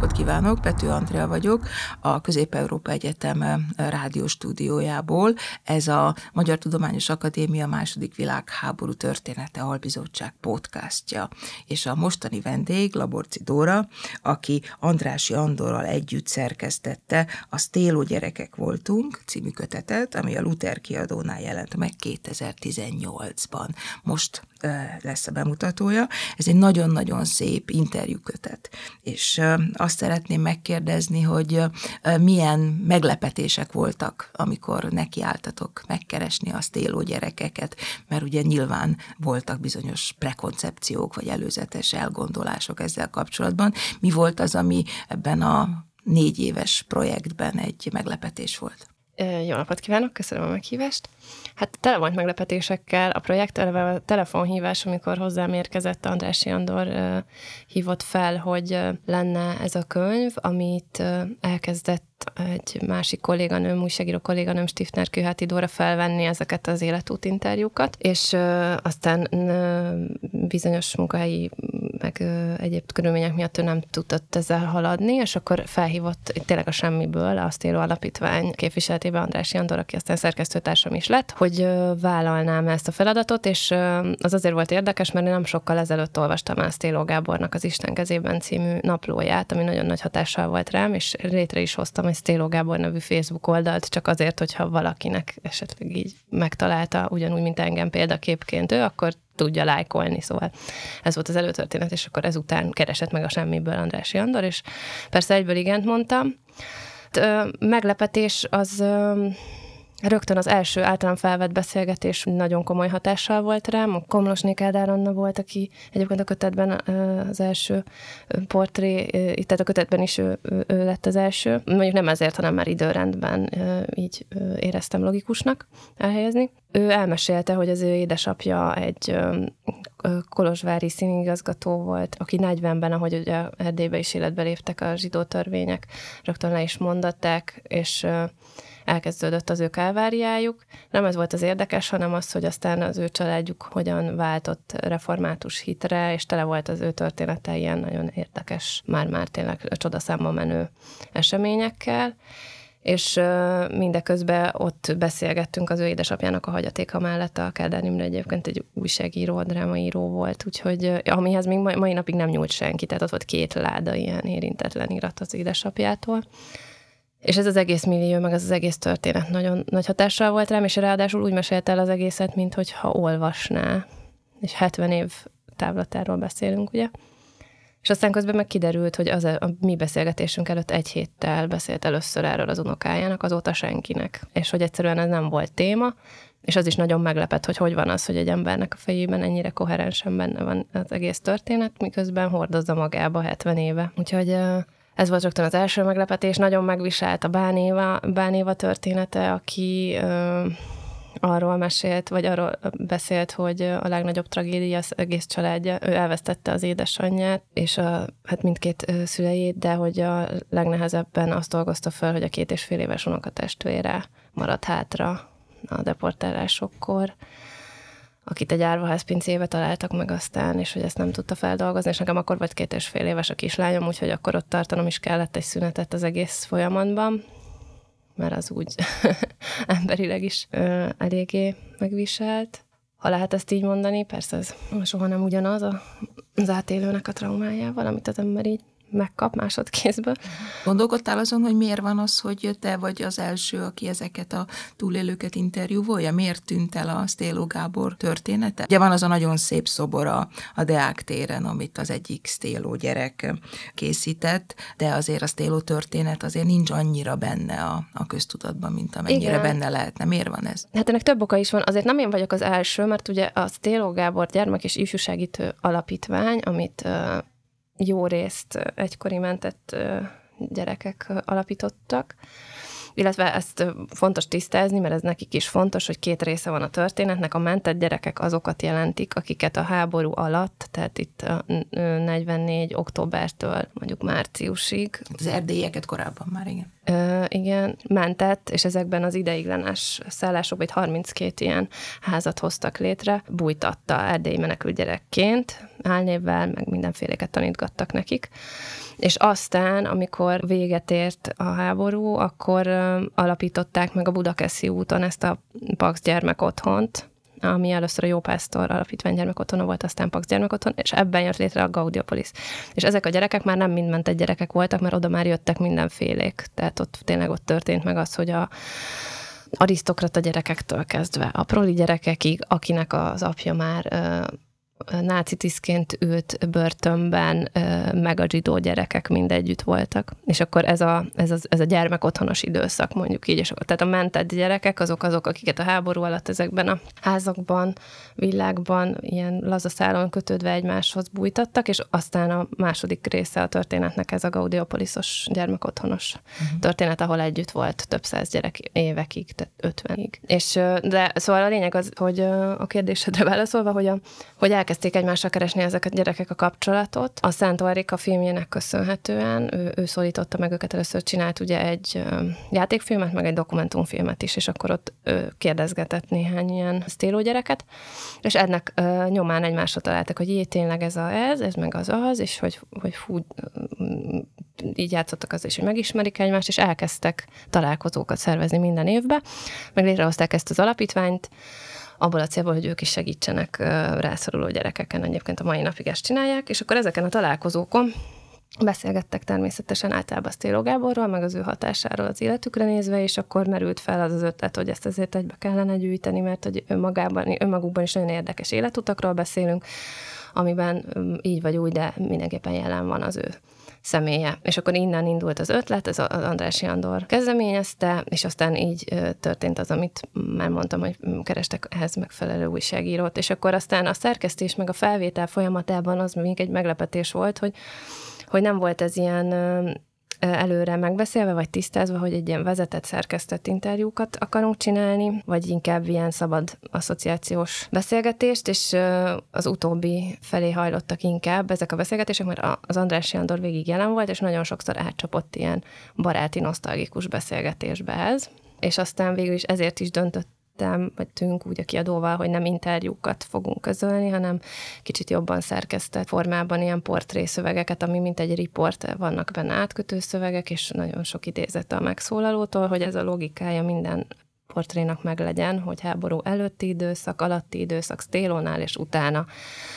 napot kívánok, Pető Andrea vagyok, a Közép-Európa Egyetem rádióstúdiójából. Ez a Magyar Tudományos Akadémia második világháború története albizottság podcastja. És a mostani vendég Laborczy Dóra, aki Andrássy Andorral együtt szerkesztette a Stéló gyerekek voltunk című kötetet, ami a Luther kiadónál jelent meg 2018-ban. Most lesz a bemutatója. Ez egy nagyon-nagyon szép interjúkötet. És azt szeretném megkérdezni, hogy milyen meglepetések voltak, amikor nekiálltatok megkeresni a Stéló gyerekeket, mert ugye nyilván voltak bizonyos prekoncepciók, vagy előzetes elgondolások ezzel kapcsolatban. Mi volt az, ami ebben a 4 éves projektben egy meglepetés volt? Jó napot kívánok, köszönöm a meghívást. Hát tele volt meglepetésekkel a projekt, eleve a telefonhívás, amikor hozzám érkezett Andrássy Andor hívott fel, hogy lenne ez a könyv, amit elkezdett egy másik kolléganőm, újságíró kolléganőm, Stiftner Kőháti Dóra felvenni ezeket az életútinterjúkat, és aztán bizonyos munkahelyi meg egyéb körülmények miatt ő nem tudott ezzel haladni, és akkor felhívott tényleg a semmiből a Stéló Alapítvány képviseletében Andrássy Andor, aki aztán szerkesztőtársam is lett, hogy vállalnám ezt a feladatot, és az azért volt érdekes, mert én nem sokkal ezelőtt olvastam el Stéló Gábornak az Isten kezében című naplóját, ami nagyon nagy hatással volt rám, és létre is hoztam egy Stéló Gábor nevű Facebook oldalt, csak azért, hogyha valakinek esetleg így megtalálta, ugyanúgy, mint engem példaképként ő, akkor tudja lájkolni, szóval ez volt az előtörténet, és akkor ezután keresett meg a semmiből Andrássy Andor, és persze egyből igent mondtam. Meglepetés az rögtön az első általán felvett beszélgetés nagyon komoly hatással volt rám. A Komlosné Kádár Anna volt, aki egyébként a kötetben az első portré, tehát a kötetben is ő lett az első. Mondjuk nem ezért, hanem már időrendben így éreztem logikusnak elhelyezni. Ő elmesélte, hogy az ő édesapja egy kolozsvári színigazgató volt, aki 40-ben, ahogy ugye Erdélybe is életbe léptek a zsidó törvények, rögtön le is mondatták, és elkezdődött az ő kálváriájuk. Nem ez volt az érdekes, hanem az, hogy aztán az ő családjuk hogyan váltott református hitre, és tele volt az ő története ilyen nagyon érdekes, már tényleg csodaszámba menő eseményekkel. És mindeközben ott beszélgettünk az ő édesapjának a hagyatéka mellett, a Kádár Imre egyébként egy újságíró, drámaíró volt, úgyhogy amihez még mai napig nem nyúlt senki, tehát ott volt 2 láda ilyen érintetlen irat az édesapjától. És ez az egész millió, meg az egész történet nagyon nagy hatással volt rám, és ráadásul úgy mesélte el az egészet, minthogyha olvasná. És 70 év távlatáról beszélünk, ugye? És aztán közben meg kiderült, hogy a mi beszélgetésünk előtt 1 héttel beszélt először erről az unokájának, azóta senkinek. És hogy egyszerűen ez nem volt téma, és az is nagyon meglepett, hogy van az, hogy egy embernek a fejében ennyire koherensen benne van az egész történet, miközben hordozza magába 70 éve. Úgyhogy ez volt rögtön az első meglepetés, nagyon megviselt a Bán Éva története, aki arról mesélt, vagy arról beszélt, hogy a legnagyobb tragédia az egész családja, ő elvesztette az édesanyját, és hát mindkét szüleit, de hogy a legnehezebben azt dolgozta föl, hogy a 2,5 éves unokatestvére maradt hátra a deportálásokkor, akit egy árvaházpincébe találtak meg aztán, és hogy ezt nem tudta feldolgozni, és nekem akkor volt 2,5 éves a kislányom, úgyhogy akkor ott tartanom is kellett egy szünetet az egész folyamatban, mert az úgy emberileg is eléggé megviselt. Ha lehet ezt így mondani, persze ez soha nem ugyanaz az átélőnek a traumájával, amit az ember így megkap másodkézből. Gondolkodtál azon, hogy miért van az, hogy te vagy az első, aki ezeket a túlélőket interjúvolja? Miért tűnt el a Stéló Gábor története? Ugye van az a nagyon szép szobor a Deák téren, amit az egyik Stéló gyerek készített, de azért a Stéló történet azért nincs annyira benne a köztudatban, mint amennyire igen. Benne lehetne. Miért van ez? Hát ennek több oka is van. Azért nem én vagyok az első, mert ugye a Stéló Gábor Gyermek- és Ifjúsegítő Alapítvány, amit jó részt egykori mentett gyerekek alapítottak, illetve ezt fontos tisztázni, mert ez nekik is fontos, hogy 2 része van a történetnek. A mentett gyerekek azokat jelentik, akiket a háború alatt, tehát itt a 44. októbertől mondjuk márciusig. Az erdélyeket korábban már, igen. Igen, mentett, és ezekben az ideiglenes szállásokban itt 32 ilyen házat hoztak létre, bújtatta erdélyi menekült gyerekként, álnévvel, meg mindenféléket tanítgattak nekik. és aztán, amikor véget ért a háború, akkor alapították meg a Budakeszi úton ezt a Paks gyermekotthont, ami először a Jó Pásztor Alapítvány gyermekotthona volt, aztán Paks gyermekotthon, és ebben jött létre a Gaudiopolis. És ezek a gyerekek már nem mind mentett gyerekek voltak, mert oda már jöttek mindenfélék. Tehát ott történt meg az, hogy a arisztokrata gyerekektől kezdve a proli gyerekekig, akinek az apja már náci tisztként ült börtönben, meg a zsidó gyerekek mind együtt voltak. És akkor ez a gyermekotthonos időszak, mondjuk így. És akkor, tehát a mentett gyerekek azok, akiket a háború alatt ezekben a házakban, villákban ilyen lazaszálon kötődve egymáshoz bújtattak, és aztán a második része a történetnek ez a Gaudiopolisos gyermekotthonos történet, ahol együtt volt több száz gyerek évekig, tehát 50-ig. De szóval a lényeg az, hogy a kérdésedre válaszolva, hogy elkezdték egymással keresni ezek a gyerekek a kapcsolatot. A Szent Ulrika filmjének köszönhetően ő szólította meg őket, először csinált ugye egy játékfilmet, meg egy dokumentumfilmet is, és akkor ott kérdezgetett néhány ilyen sztéló gyereket, és ennek nyomán egymásra találtak, hogy tényleg ez meg az, és hogy fú, így játszottak az is, hogy megismerik egymást, és elkezdtek találkozókat szervezni minden évben, meg létrehozták ezt az alapítványt, abból a célból, hogy ők is segítsenek rászoruló gyerekeken, egyébként a mai napig ezt csinálják, és akkor ezeken a találkozókon beszélgettek természetesen általában Sztéló Gáborról, meg az ő hatásáról az életükre nézve, és akkor merült fel az ötlet, hogy ezt azért egybe kellene gyűjteni, mert hogy önmagukban is nagyon érdekes életutakról beszélünk, amiben így vagy úgy, de mindenképpen jelen van az ő személye. És akkor innen indult az ötlet, ez az Andrássy Andor kezdeményezte, és aztán így történt az, amit már mondtam, hogy kerestek ehhez megfelelő újságírót, és akkor aztán a szerkesztés meg a felvétel folyamatában az még egy meglepetés volt, hogy nem volt ez ilyen előre megbeszélve, vagy tisztázva, hogy egy ilyen vezetett, szerkesztett interjúkat akarunk csinálni, vagy inkább ilyen szabad asszociációs beszélgetést, és az utóbbi felé hajlottak inkább ezek a beszélgetések, mert az Andrássy Andor végig jelen volt, és nagyon sokszor átcsapott ilyen baráti, nosztalgikus beszélgetésbe ez, és aztán végül is ezért is vagyunk úgy a kiadóval, hogy nem interjúkat fogunk közölni, hanem kicsit jobban szerkesztett formában ilyen portrészövegeket, ami mint egy riport, vannak benne átkötő szövegek, és nagyon sok idézet a megszólalótól, hogy ez a logikája minden portrénak meglegyen, hogy háború előtti időszak, alatti időszak, Sztélónál és utána.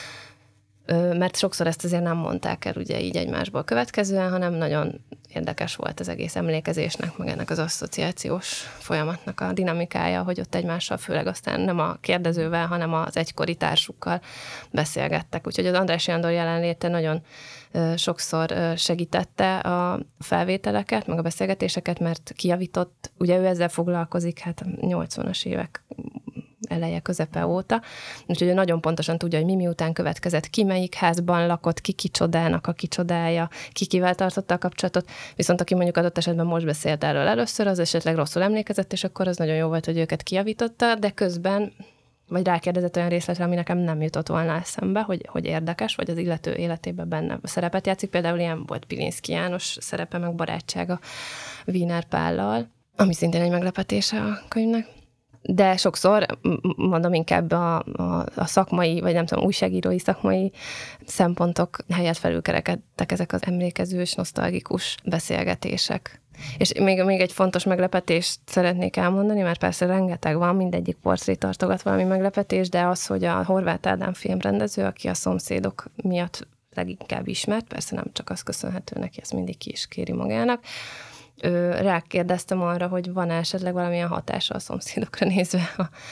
Mert sokszor ezt azért nem mondták el ugye így egymásból következően, hanem nagyon érdekes volt az egész emlékezésnek, meg ennek az asszociációs folyamatnak a dinamikája, hogy ott egymással, főleg aztán nem a kérdezővel, hanem az egykori társukkal beszélgettek. Úgyhogy az Andrássy Andor jelenléte nagyon sokszor segítette a felvételeket, meg a beszélgetéseket, mert kijavított, ugye ő ezzel foglalkozik, hát a 80-as évek eleje, közepe óta, úgyhogy ő nagyon pontosan tudja, hogy mi után következett, ki melyik házban lakott, ki csodának a csodája, kivel tartotta a kapcsolatot, viszont aki mondjuk adott esetben most beszélt erről először, az esetleg rosszul emlékezett, és akkor az nagyon jó volt, hogy őket kijavította, de közben vagy rákérdezett olyan részletre, ami nekem nem jutott volna eszembe, hogy érdekes, vagy az illető életében benne szerepet játszik. Például ilyen volt Pilinszky János szerepe, meg barátsága Wiener Pállal, ami szintén egy meglepetése a könyvnek. De sokszor, mondom, inkább a szakmai, vagy nem tudom, újságírói szakmai szempontok helyett felülkerekedtek ezek az emlékezős, nosztalgikus beszélgetések. És még egy fontos meglepetést szeretnék elmondani, mert persze rengeteg van, mindegyik portré tartogat valami meglepetés, de az, hogy a Horváth Ádám filmrendező, aki a Szomszédok miatt leginkább ismert, persze nem csak az köszönhető neki, ezt mindig ki is kéri magának, rákérdeztem arra, hogy van esetleg valamilyen hatása a Szomszédokra nézve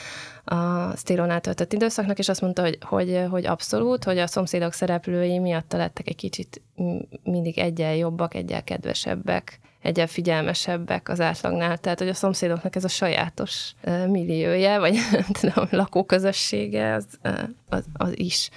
a Sztélónál töltött időszaknak, és azt mondta, hogy abszolút, hogy a Szomszédok szereplői miatt lettek egy kicsit mindig egyel jobbak, egyel kedvesebbek, egyel figyelmesebbek az átlagnál. Tehát, hogy a Szomszédoknak ez a sajátos milliója, vagy tudom, lakóközössége az is.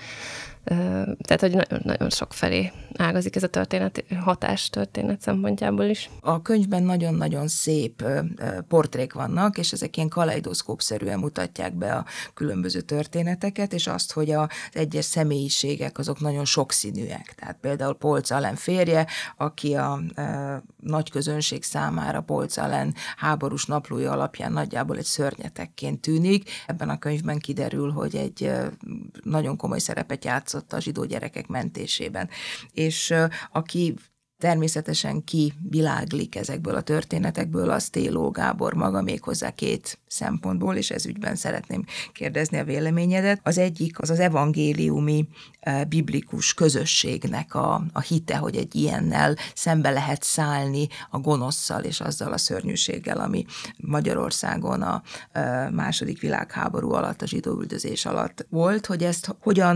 Tehát, hogy nagyon, nagyon sok felé ágazik ez a történet, hatástörténet szempontjából is. A könyvben nagyon-nagyon szép portrék vannak, és ezek ilyen kaleidoszkópszerűen mutatják be a különböző történeteket, és azt, hogy az egyes személyiségek azok nagyon sokszínűek. Tehát például Polczay Alen férje, aki a nagy közönség számára Polczay Alen háborús naplója alapján nagyjából egy szörnyetekként tűnik. Ebben a könyvben kiderül, hogy egy nagyon komoly szerepet játszott a zsidó gyerekek mentésében. És aki Természetesen kiviláglik ezekből a történetekből a Sztéló Gábor maga, méghozzá 2 szempontból, és ez ügyben szeretném kérdezni a véleményedet. Az egyik az evangéliumi biblikus közösségnek a hite, hogy egy ilyennel szembe lehet szállni a gonoszszal és azzal a szörnyűséggel, ami Magyarországon a második világháború alatt, a zsidóüldözés alatt volt, hogy ezt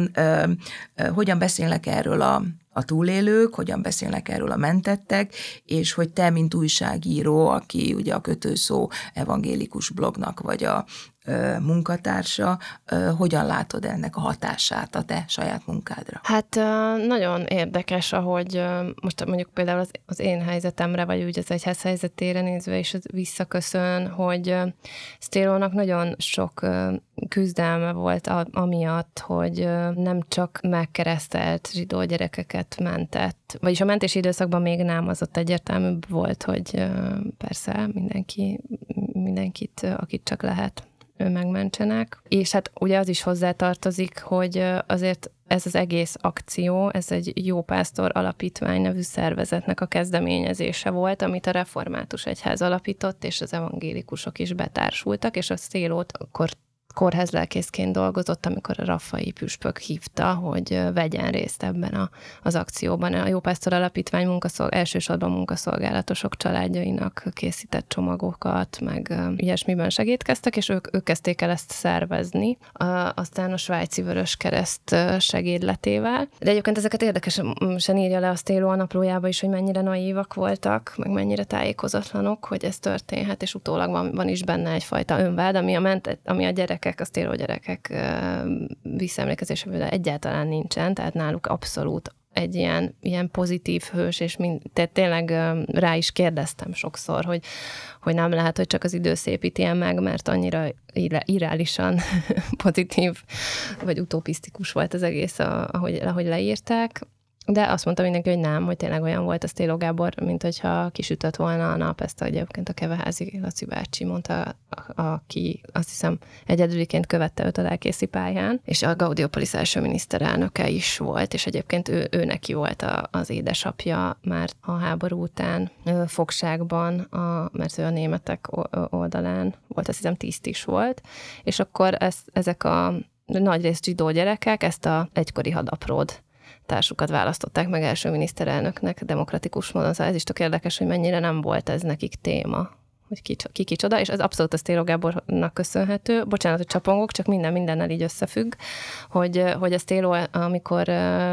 hogyan beszélnek erről a túlélők, hogyan beszélnek erről a mentettek, és hogy te, mint újságíró, aki ugye a Kötőszó evangélikus blognak vagy a munkatársa, hogyan látod ennek a hatását a te saját munkádra? Hát nagyon érdekes, ahogy most mondjuk például az én helyzetemre, vagy úgy az egyház helyzetére nézve is visszaköszön, hogy Sztélónak nagyon sok küzdelme volt amiatt, hogy nem csak megkeresztelt zsidó gyerekeket mentett, vagyis a mentési időszakban még nem, az ott egyértelműbb volt, hogy persze mindenkit, akit csak lehet, megmentsenek. És hát ugye az is hozzátartozik, hogy azért ez az egész akció, ez egy Jópásztor Alapítvány nevű szervezetnek a kezdeményezése volt, amit a Református Egyház alapított, és az evangélikusok is betársultak, és a Sztélót akkor kórházlelkészként dolgozott, amikor a Raffai püspök hívta, hogy vegyen részt ebben az akcióban. A Jópásztor Alapítvány elsősorban munkaszolgálatosok családjainak készített csomagokat, meg ilyesmiben segítkeztek, és ők kezdték el ezt szervezni, aztán a Svájci Vöröskereszt segédletével. De egyébként ezeket érdekesen írja le a Sztéló a naplójába is, hogy mennyire naívak voltak, meg mennyire tájékozatlanok, hogy ez történhet, és utólag van is benne egyfajta önvád, ami a gyerekek, a Sztéló gyerekek visszaemlékezéséből egyáltalán nincsen, tehát náluk abszolút egy ilyen pozitív hős, és tehát tényleg rá is kérdeztem sokszor, hogy nem lehet, hogy csak az idő szépíti ilyen meg, mert annyira irreálisan pozitív, vagy utopisztikus volt az egész, ahogy leírták. De azt mondta mindenki, hogy nem, hogy tényleg olyan volt a Sztéló Gábor, mint hogyha kisütött volna a nap, ezt egyébként a Keveházi Laci bácsi mondta, aki azt hiszem egyedüliként követte őt a lelkészi pályán, és a Gaudiopolis első miniszterelnöke is volt, és egyébként ő neki volt az édesapja már a háború után fogságban, mert ő a németek oldalán volt, azt hiszem tiszt is volt, és akkor ezek a nagyrészt zsidó gyerekek ezt a egykori hadapród társukat választották meg első miniszterelnöknek demokratikus módon. Szóval ez is tök érdekes, hogy mennyire nem volt ez nekik téma, hogy ki kicsoda, és ez abszolút a Sztéló Gábornak köszönhető. Bocsánat, hogy csapongok, csak mindennel így összefügg, hogy a Sztéló, amikor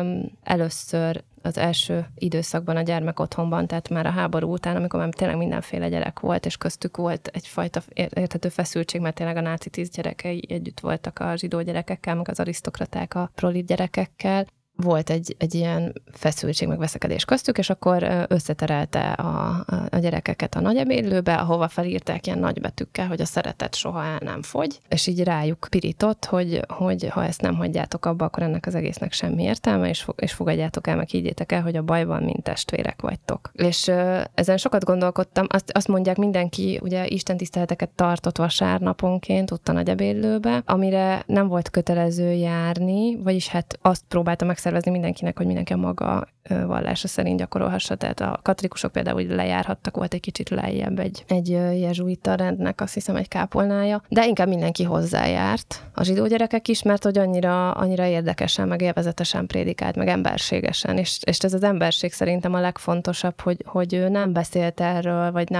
először az első időszakban a gyermekotthonban, tehát már a háború után, amikor már tényleg mindenféle gyerek volt, és köztük volt egyfajta érthető feszültség, mert tényleg a náci tiszt gyerekei együtt voltak a zsidó gyerekekkel, meg az arisztokraták a prolit gyerekekkel, volt egy ilyen feszültség, meg veszekedés köztük, és akkor összeterelte a gyerekeket a nagyebédlőbe, ahova felírták ilyen nagybetűkkel, hogy a szeretet soha el nem fogy, és így rájuk pirított, hogy ha ezt nem hagyjátok abba, akkor ennek az egésznek semmi értelme, és fogadjátok el, meg higgyétek el, hogy a bajban mind testvérek vagytok. És ezen sokat gondolkodtam, azt mondják mindenki, ugye istentiszteleteket tartott vasárnaponként ott a nagyebédlőbe, amire nem volt kötelező járni, vagyis hát azt próbálta megszervezni mindenkinek, hogy mindenki a maga vallása szerint gyakorolhassa. Tehát a katolikusok például lejárhattak, volt egy kicsit lejjebb egy jezsuita rendnek, azt hiszem egy kápolnája, de inkább mindenki hozzájárt. A zsidó gyerekek is, mert hogy annyira érdekesen, meg élvezetesen prédikált, meg emberségesen, és ez az emberség szerintem a legfontosabb, hogy ő nem beszélt erről, vagy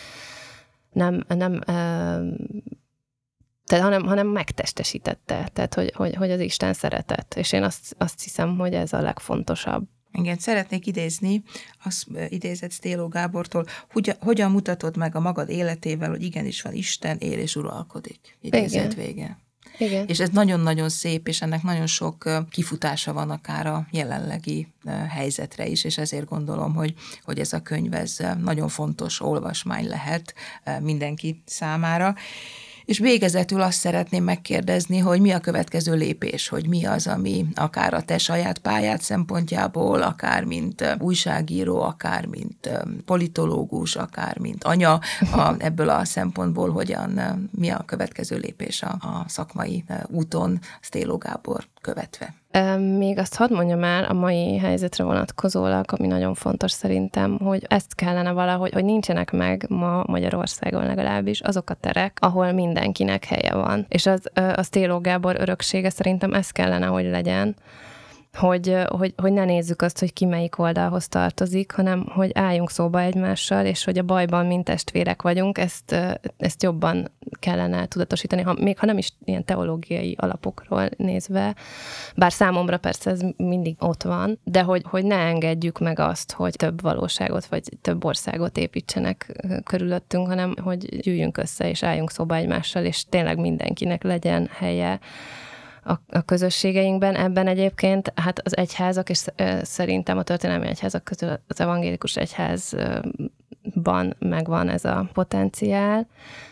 hanem megtestesítette, tehát hogy az Isten szeretett. És én azt hiszem, hogy ez a legfontosabb. Igen, szeretnék idézni, azt idézett Sztéló Gábortól, hogyan mutatod meg a magad életével, hogy igenis van Isten, él és uralkodik. Idézet vége. Igen. És ez nagyon-nagyon szép, és ennek nagyon sok kifutása van akár a jelenlegi helyzetre is, és ezért gondolom, hogy ez a könyv ez nagyon fontos olvasmány lehet mindenki számára. És végezetül azt szeretném megkérdezni, hogy mi a következő lépés, hogy mi az, ami akár a te saját pályád szempontjából, akár mint újságíró, akár mint politológus, akár mint anya, ebből a szempontból mi a következő lépés a szakmai úton Sztéló Gábor követve. Még azt hadd mondjam el a mai helyzetre vonatkozólag, ami nagyon fontos szerintem, hogy ezt kellene valahogy, hogy nincsenek meg ma Magyarországon legalábbis azok a terek, ahol mindenkinek helye van. És az Téló Gábor öröksége szerintem ez kellene, hogy legyen, hogy ne nézzük azt, hogy ki melyik oldalhoz tartozik, hanem hogy álljunk szóba egymással, és hogy a bajban mind testvérek vagyunk, ezt jobban kellene tudatosítani, még ha nem is ilyen teológiai alapokról nézve, bár számomra persze ez mindig ott van, de hogy ne engedjük meg azt, hogy több valóságot, vagy több országot építsenek körülöttünk, hanem hogy gyűjjünk össze, és álljunk szóba egymással, és tényleg mindenkinek legyen helye a közösségeinkben. Ebben egyébként hát az egyházak, és szerintem a történelmi egyházak közül az evangélikus egyházban megvan ez a potenciál.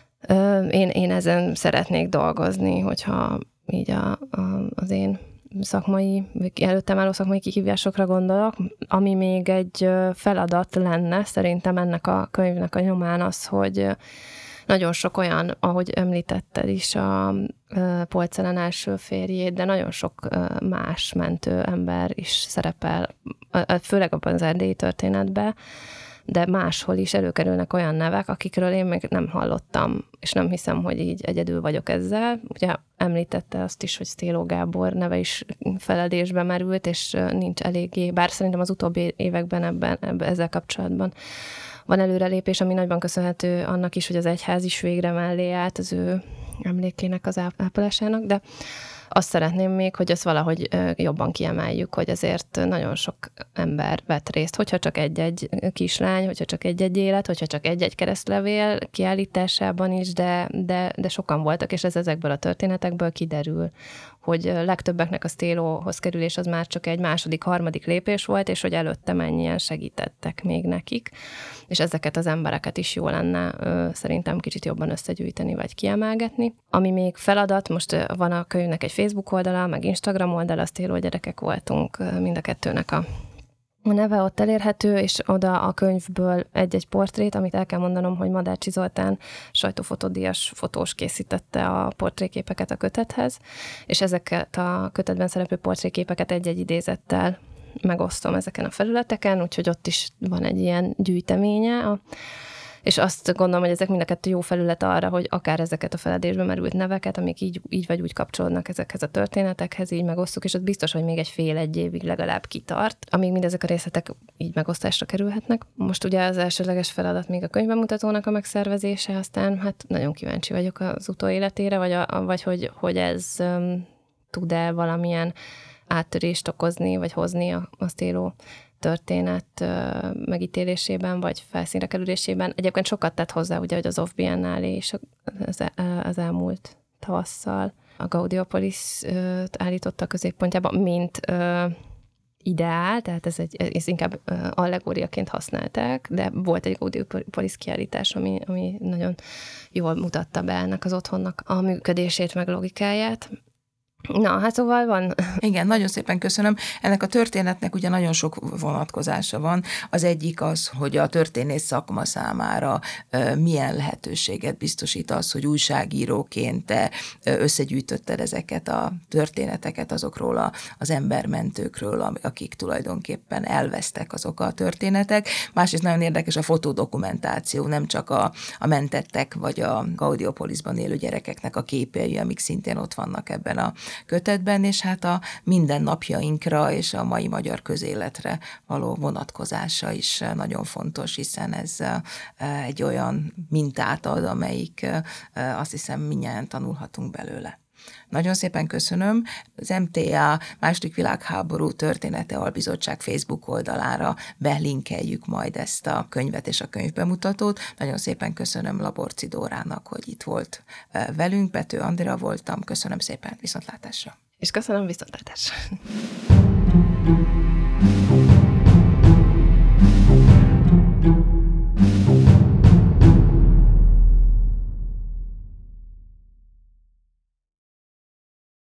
Én ezen szeretnék dolgozni, hogyha így az én szakmai, előttem álló szakmai kihívásokra gondolok, ami még egy feladat lenne szerintem ennek a könyvnek a nyomán az, hogy nagyon sok olyan, ahogy említetted is, a Polcelen első férjét, de nagyon sok más mentő ember is szerepel, főleg abban az erdélyi történetben, de máshol is előkerülnek olyan nevek, akikről én még nem hallottam, és nem hiszem, hogy így egyedül vagyok ezzel. Ugye említette azt is, hogy Téló Gábor neve is feledésbe merült, és nincs eléggé, bár szerintem az utóbbi években ezzel kapcsolatban van előrelépés, ami nagyban köszönhető annak is, hogy az egyház is végre mellé állt az ő emlékének az ápolásának, de azt szeretném még, hogy ezt valahogy jobban kiemeljük, hogy azért nagyon sok ember vett részt, hogyha csak egy-egy kislány, hogyha csak egy-egy élet, hogyha csak egy-egy keresztlevél kiállításában is, de sokan voltak, és ez ezekből a történetekből kiderül, hogy legtöbbeknek a Télóhoz kerülés az már csak egy második, harmadik lépés volt, és hogy előtte mennyien segítettek még nekik, és ezeket az embereket is jó lenne szerintem kicsit jobban összegyűjteni, vagy kiemelgetni. Ami még feladat, most van a könyvnek egy Facebook oldala, meg Instagram oldala, az Téló gyerekek voltunk, mind a kettőnek a neve ott elérhető, és oda a könyvből egy-egy portrét, amit el kell mondanom, hogy Madácsi Zoltán sajtófotódíjas fotós készítette a portréképeket a kötethez, és ezeket a kötetben szereplő portréképeket egy-egy idézettel megosztom ezeken a felületeken, úgyhogy ott is van egy ilyen gyűjteménye, és azt gondolom, hogy ezek mind a kettő jó felület arra, hogy akár ezeket a feledésbe merült neveket, amik így vagy úgy kapcsolódnak ezekhez a történetekhez, így megosztjuk, és az biztos, hogy még egy évig legalább kitart, amíg mindezek a részletek így megosztásra kerülhetnek. Most ugye az elsődleges feladat még a könyvbemutatónak a megszervezése, aztán hát nagyon kíváncsi vagyok az utóéletére, vagy hogy ez tud-e valamilyen áttörést okozni, vagy hozni a Téló történet megítélésében, vagy felszínre kerülésében. Egyébként sokat tett hozzá, ugye, hogy az Off Biennale és az elmúlt tavasszal a Gaudiopolis állította a középpontjába, mint ideál, tehát ez inkább allegóriaként használták, de volt egy Gaudiopolis kiállítás, ami nagyon jól mutatta be ennek az otthonnak a működését, meg logikáját. Na, hát szóval van. Igen, nagyon szépen köszönöm. Ennek a történetnek ugye nagyon sok vonatkozása van. Az egyik az, hogy a történész szakma számára milyen lehetőséget biztosít az, hogy újságíróként te összegyűjtötted ezeket a történeteket azokról az embermentőkről, akik tulajdonképpen elvesztek azok a történetek. Másrészt nagyon érdekes a fotodokumentáció, nem csak a mentettek vagy a Gaudiopolisban élő gyerekeknek a képei, amik szintén ott vannak ebben a kötetben, és hát a mindennapjainkra és a mai magyar közéletre való vonatkozása is nagyon fontos, hiszen ez egy olyan mintát ad, amelyik azt hiszem mindnyájan tanulhatunk belőle. Nagyon szépen köszönöm. Az MTA II. Világháború Története Albizottság Facebook oldalára belinkeljük majd ezt a könyvet és a könyvbemutatót. Nagyon szépen köszönöm Laborci Dórának, hogy itt volt velünk. Pető Andrea voltam. Köszönöm szépen, viszontlátásra. És köszönöm, viszontlátásra.